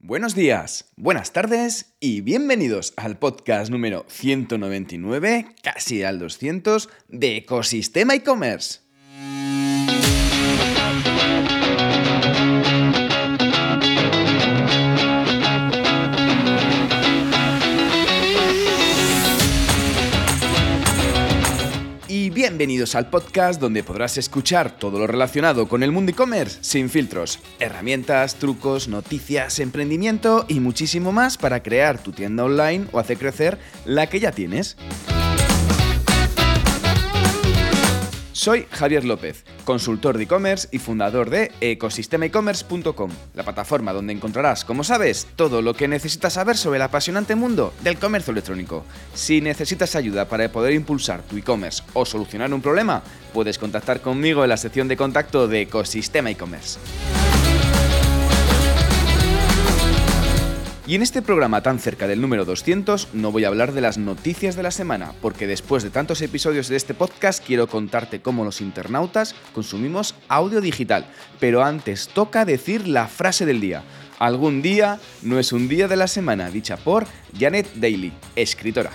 Buenos días, buenas tardes y bienvenidos al podcast número 199, casi al 200, de Ecosistema e-commerce. Y bienvenidos al podcast donde podrás escuchar todo lo relacionado con el mundo e-commerce sin filtros, herramientas, trucos, noticias, emprendimiento y muchísimo más para crear tu tienda online o hacer crecer la que ya tienes. Soy Javier López, consultor de e-commerce y fundador de ecosistemaecommerce.com, la plataforma donde encontrarás, como sabes, todo lo que necesitas saber sobre el apasionante mundo del comercio electrónico. Si necesitas ayuda para poder impulsar tu e-commerce o solucionar un problema, puedes contactar conmigo en la sección de contacto de Ecosistema e-commerce. Y en este programa tan cerca del número 200 no voy a hablar de las noticias de la semana, porque después de tantos episodios de este podcast quiero contarte cómo los internautas consumimos audio digital. Pero antes toca decir la frase del día. Algún día no es un día de la semana, dicha por Janet Daly, escritora.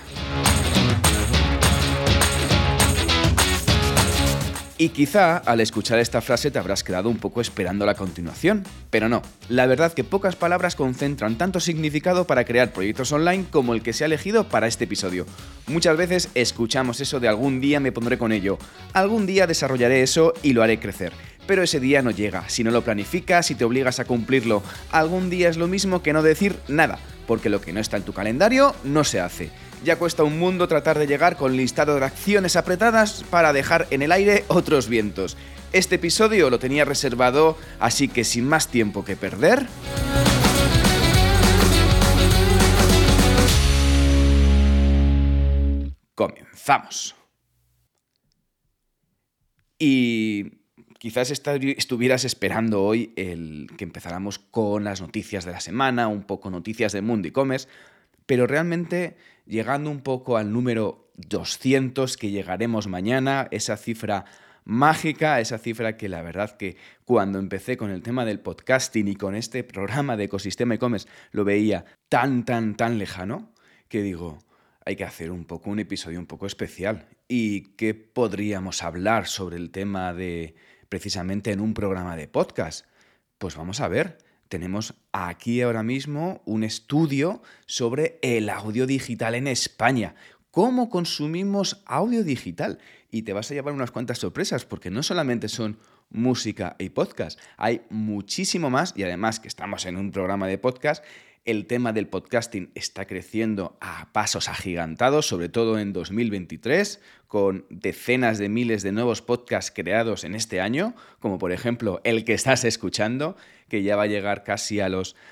Y quizá al escuchar esta frase te habrás quedado un poco esperando la continuación, pero no, la verdad que pocas palabras concentran tanto significado para crear proyectos online como el que se ha elegido para este episodio. Muchas veces escuchamos eso de algún día me pondré con ello, algún día desarrollaré eso y lo haré crecer. Pero ese día no llega, si no lo planificas y te obligas a cumplirlo. Algún día es lo mismo que no decir nada, porque lo que no está en tu calendario no se hace. Ya cuesta un mundo tratar de llegar con listado de acciones apretadas para dejar en el aire otros vientos. Este episodio lo tenía reservado, así que sin más tiempo que perder... ¡comenzamos! Y quizás estuvieras esperando hoy que empezáramos con las noticias de la semana, un poco noticias del mundo e-commerce, pero realmente llegando un poco al número 200 que llegaremos mañana, esa cifra mágica, esa cifra que la verdad que cuando empecé con el tema del podcasting y con este programa de Ecosistema e-commerce lo veía tan lejano que digo, hay que hacer un episodio un poco especial. ¿Y qué podríamos hablar sobre el tema de precisamente en un programa de podcast? Pues vamos a ver. Tenemos aquí ahora mismo un estudio sobre el audio digital en España. ¿Cómo consumimos audio digital? Y te vas a llevar unas cuantas sorpresas, porque no solamente son música y podcast, hay muchísimo más, y además que estamos en un programa de podcast, el tema del podcasting está creciendo a pasos agigantados, sobre todo en 2023, con decenas de miles de nuevos podcasts creados en este año, como por ejemplo el que estás escuchando, que ya va a llegar casi a los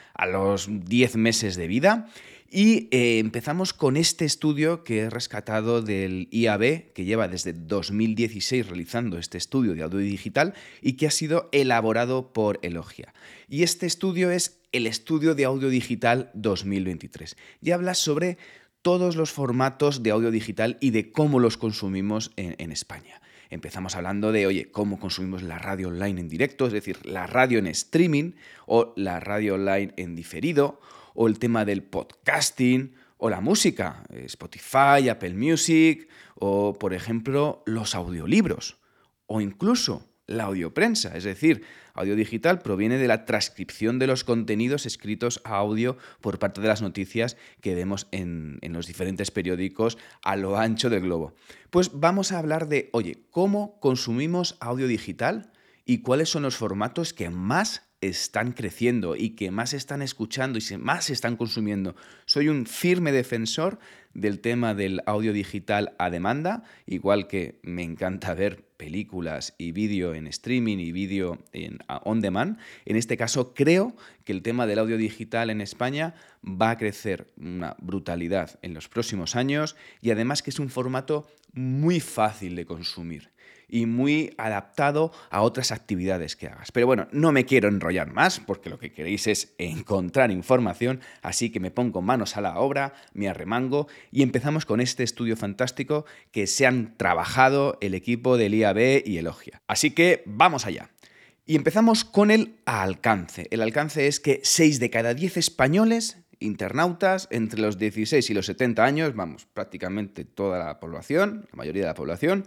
10 meses de vida. Y empezamos con este estudio que he rescatado del IAB, que lleva desde 2016 realizando este estudio de audio digital y que ha sido elaborado por Elogia. Y este estudio es el Estudio de Audio Digital 2023 y habla sobre todos los formatos de audio digital y de cómo los consumimos en España. Empezamos hablando de, cómo consumimos la radio online en directo, es decir, la radio en streaming o la radio online en diferido, o el tema del podcasting o la música, Spotify, Apple Music, o por ejemplo los audiolibros, o incluso la audioprensa, es decir, audio digital proviene de la transcripción de los contenidos escritos a audio por parte de las noticias que vemos en los diferentes periódicos a lo ancho del globo. Pues vamos a hablar de, ¿cómo consumimos audio digital y cuáles son los formatos que más están creciendo y que más están escuchando y más están consumiendo? Soy un firme defensor del tema del audio digital a demanda, igual que me encanta ver películas y vídeo en streaming y vídeo on demand. En este caso creo que el tema del audio digital en España va a crecer una brutalidad en los próximos años y además que es un formato muy fácil de consumir y muy adaptado a otras actividades que hagas. Pero bueno, no me quiero enrollar más porque lo que queréis es encontrar información, así que me pongo manos a la obra, me arremango y empezamos con este estudio fantástico que se han trabajado el equipo del IAB y Elogia. Así que vamos allá. Y empezamos con el alcance. El alcance es que 6 de cada 10 españoles, internautas, entre los 16 y los 70 años, vamos, prácticamente toda la población, la mayoría de la población,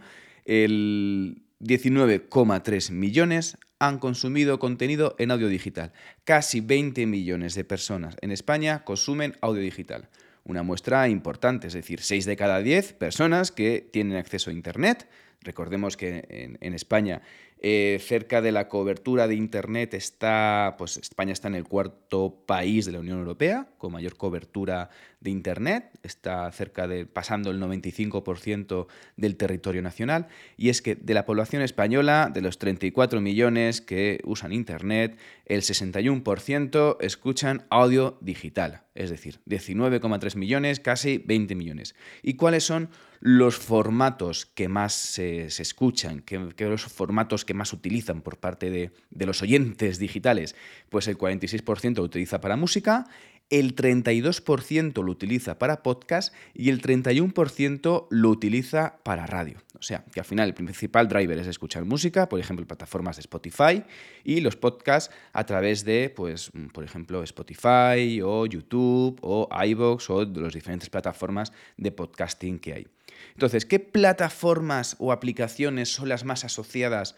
el 19,3 millones han consumido contenido en audio digital. Casi 20 millones de personas en España consumen audio digital. Una muestra importante, es decir, 6 de cada 10 personas que tienen acceso a Internet. Recordemos que en España cerca de la cobertura de Internet pues España está en el cuarto país de la Unión Europea con mayor cobertura de Internet, está pasando el 95% del territorio nacional, y es que de la población española, de los 34 millones que usan Internet, el 61% escuchan audio digital, es decir, 19,3 millones, casi 20 millones. ¿Y cuáles son los formatos que más se escuchan, que los formatos que más utilizan por parte de los oyentes digitales? Pues el 46% lo utiliza para música, el 32% lo utiliza para podcast y el 31% lo utiliza para radio. O sea, que al final el principal driver es escuchar música, por ejemplo, en plataformas de Spotify, y los podcasts a través de, pues, por ejemplo, Spotify o YouTube o iVoox o de las diferentes plataformas de podcasting que hay. Entonces, ¿qué plataformas o aplicaciones son las más asociadas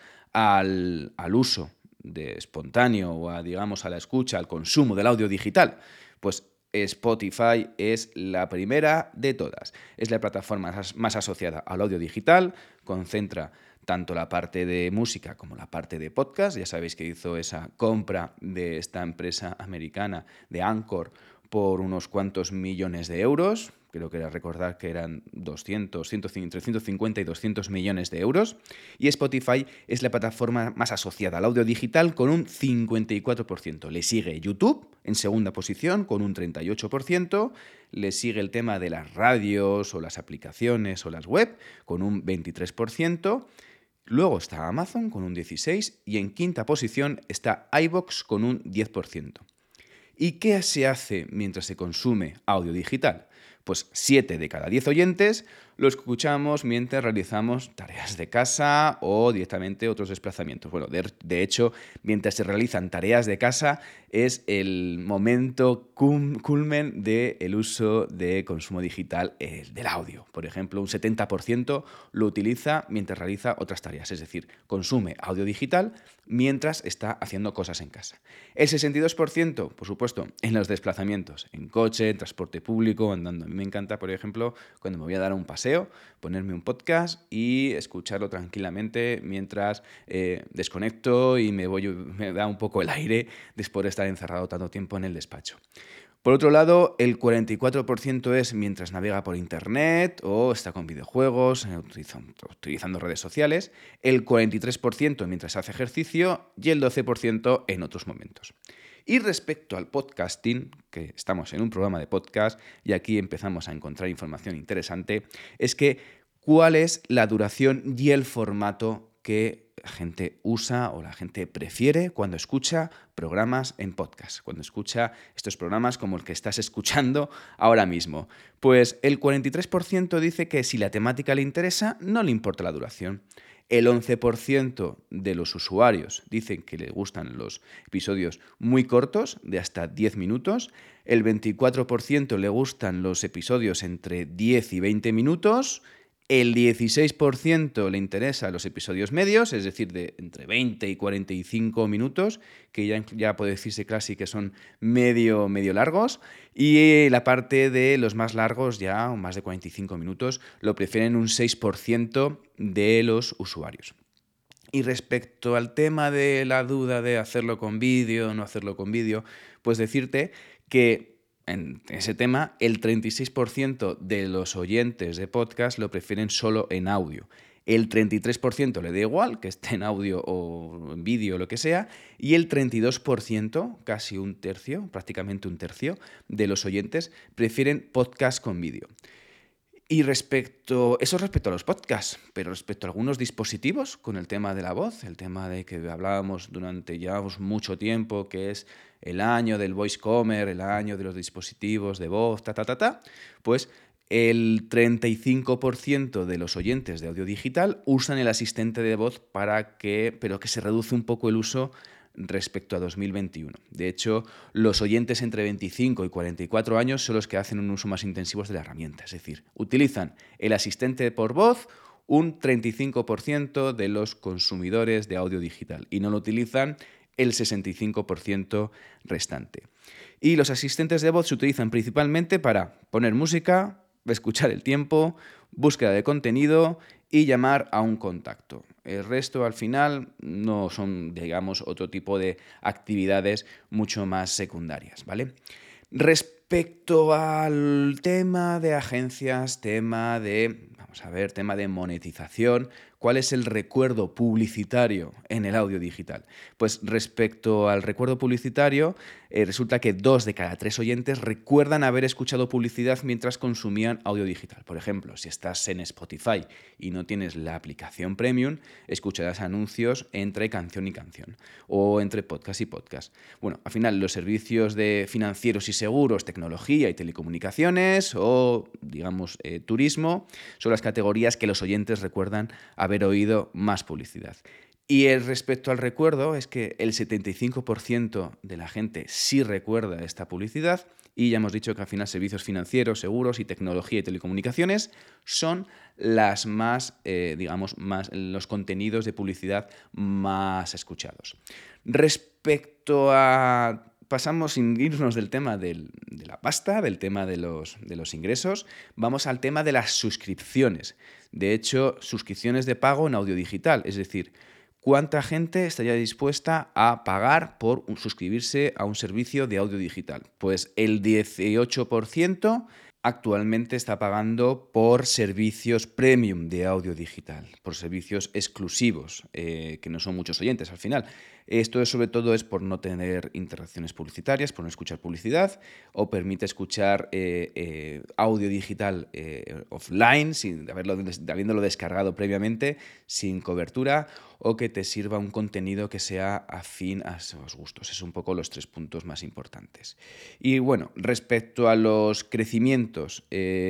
al uso de espontáneo o digamos, a la escucha, al consumo del audio digital? Pues Spotify es la primera de todas. Es la plataforma más asociada al audio digital, concentra tanto la parte de música como la parte de podcast. Ya sabéis que hizo esa compra de esta empresa americana de Anchor por unos cuantos millones de euros. Creo que era recordar que eran entre 150 y 200 millones de euros. Y Spotify es la plataforma más asociada al audio digital con un 54%. Le sigue YouTube en segunda posición con un 38%. Le sigue el tema de las radios o las aplicaciones o las web con un 23%. Luego está Amazon con un 16% y en quinta posición está iVoox con un 10%. ¿Y qué se hace mientras se consume audio digital? Pues 7 de cada 10 oyentes lo escuchamos mientras realizamos tareas de casa o directamente otros desplazamientos. Bueno, de hecho, mientras se realizan tareas de casa es el momento culmen del uso de consumo digital del audio. Por ejemplo, un 70% lo utiliza mientras realiza otras tareas, es decir, consume audio digital mientras está haciendo cosas en casa. El 62%, por supuesto, en los desplazamientos, en coche, en transporte público, andando. A mí me encanta, por ejemplo, cuando me voy a dar un paseo, ponerme un podcast y escucharlo tranquilamente mientras desconecto y me da un poco el aire después de estar encerrado tanto tiempo en el despacho. Por otro lado, el 44% es mientras navega por Internet o está con videojuegos, utilizando redes sociales, el 43% mientras hace ejercicio y el 12% en otros momentos. Y respecto al podcasting, que estamos en un programa de podcast y aquí empezamos a encontrar información interesante, es que cuál es la duración y el formato que la gente usa o la gente prefiere cuando escucha programas en podcast, cuando escucha estos programas como el que estás escuchando ahora mismo. Pues el 43% dice que si la temática le interesa, no le importa la duración. El 11% de los usuarios dicen que les gustan los episodios muy cortos, de hasta 10 minutos. El 24% le gustan los episodios entre 10 y 20 minutos. El 16% le interesa los episodios medios, es decir, de entre 20 y 45 minutos, que ya puede decirse casi que son medio largos. Y la parte de los más largos, ya más de 45 minutos, lo prefieren un 6% de los usuarios. Y respecto al tema de la duda de hacerlo con vídeo o no hacerlo con vídeo, pues decirte que en ese tema el 36% de los oyentes de podcast lo prefieren solo en audio. El 33% le da igual que esté en audio o en vídeo o lo que sea, y el 32%, casi un tercio, prácticamente un tercio, de los oyentes prefieren podcast con vídeo. Y respecto a los podcasts, pero respecto a algunos dispositivos con el tema de la voz, el tema de que llevamos mucho tiempo, que es el año del voicecomer, el año de los dispositivos de voz, pues El 35% de los oyentes de audio digital usan el asistente de voz pero que se reduce un poco el uso respecto a 2021. De hecho, los oyentes entre 25 y 44 años son los que hacen un uso más intensivo de la herramienta. Es decir, utilizan el asistente por voz un 35% de los consumidores de audio digital y no lo utilizan el 65% restante. Y los asistentes de voz se utilizan principalmente para poner música, escuchar el tiempo, búsqueda de contenido y llamar a un contacto. El resto, al final, no son, digamos, otro tipo de actividades mucho más secundarias, ¿vale? Respecto al tema de agencias, tema de monetización, ¿cuál es el recuerdo publicitario en el audio digital? Pues respecto al recuerdo publicitario, resulta que 2 de cada 3 oyentes recuerdan haber escuchado publicidad mientras consumían audio digital. Por ejemplo, si estás en Spotify y no tienes la aplicación Premium, escucharás anuncios entre canción y canción o entre podcast y podcast. Bueno, al final los servicios de financieros y seguros, tecnología y telecomunicaciones o, digamos, turismo son las categorías que los oyentes recuerdan haber oído más publicidad. Y respecto al recuerdo, es que el 75% de la gente sí recuerda esta publicidad y ya hemos dicho que al final servicios financieros, seguros y tecnología y telecomunicaciones son las los contenidos de publicidad más escuchados. Respecto a... Pasamos sin irnos del tema de la pasta, del tema de los ingresos, vamos al tema de las suscripciones. De hecho, suscripciones de pago en audio digital, es decir, ¿cuánta gente estaría dispuesta a pagar por suscribirse a un servicio de audio digital? Pues el 18% actualmente está pagando por servicios premium de audio digital, por servicios exclusivos, que no son muchos oyentes al final. Esto sobre todo es por no tener interacciones publicitarias, por no escuchar publicidad, o permite escuchar audio digital offline, habiéndolo descargado previamente, sin cobertura, o que te sirva un contenido que sea afín a esos gustos. Es un poco los 3 puntos más importantes. Y bueno, respecto a los crecimientos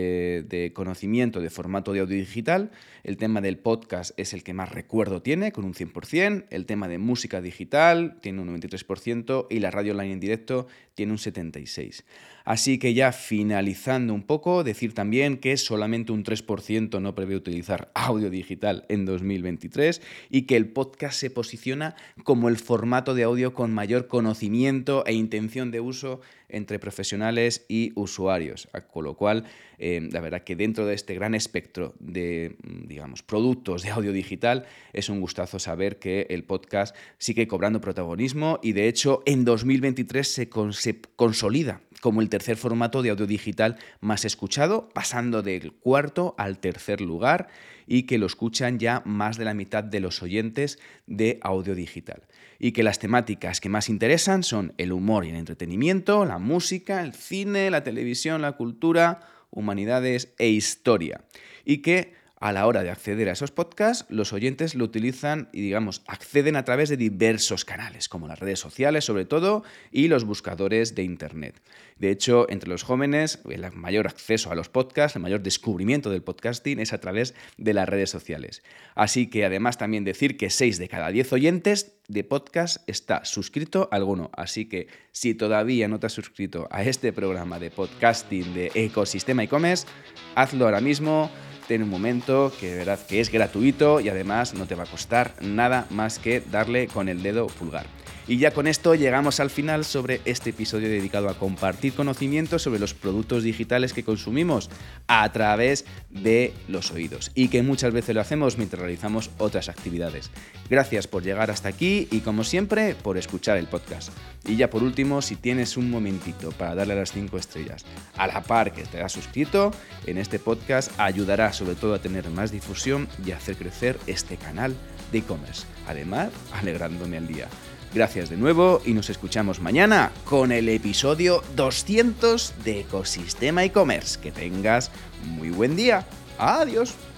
de conocimiento de formato de audio digital, el tema del podcast es el que más recuerdo tiene, con un 100%, el tema de música digital tiene un 93% y la radio online en directo tiene un 76%. Así que ya finalizando un poco, decir también que solamente un 3% no prevé utilizar audio digital en 2023 y que el podcast se posiciona como el formato de audio con mayor conocimiento e intención de uso entre profesionales y usuarios. Con lo cual, la verdad que dentro de este gran espectro de, digamos, productos de audio digital, es un gustazo saber que el podcast sigue cobrando protagonismo y, de hecho, en 2023 se consolida como el tercer formato de audio digital más escuchado, pasando del 4º al 3er lugar y que lo escuchan ya más de la mitad de los oyentes de audio digital. Y que las temáticas que más interesan son el humor y el entretenimiento, la música, el cine, la televisión, la cultura, humanidades e historia. Y que a la hora de acceder a esos podcasts, los oyentes lo utilizan y, digamos, acceden a través de diversos canales, como las redes sociales, sobre todo, y los buscadores de Internet. De hecho, entre los jóvenes, el mayor acceso a los podcasts, el mayor descubrimiento del podcasting es a través de las redes sociales. Así que, además, también decir que 6 de cada 10 oyentes de podcast está suscrito a alguno. Así que, si todavía no te has suscrito a este programa de podcasting de Ecosistema e-commerce, hazlo ahora mismo. Ten un momento, que de verdad que es gratuito y además no te va a costar nada más que darle con el dedo pulgar. Y ya con esto llegamos al final sobre este episodio dedicado a compartir conocimientos sobre los productos digitales que consumimos a través de los oídos y que muchas veces lo hacemos mientras realizamos otras actividades. Gracias por llegar hasta aquí y, como siempre, por escuchar el podcast. Y ya por último, si tienes un momentito para darle a las 5 estrellas a la par que te has suscrito, en este podcast ayudará sobre todo a tener más difusión y a hacer crecer este canal de e-commerce. Además, alegrándome el día. Gracias de nuevo y nos escuchamos mañana con el episodio 200 de Ecosistema e-commerce. Que tengas muy buen día. Adiós.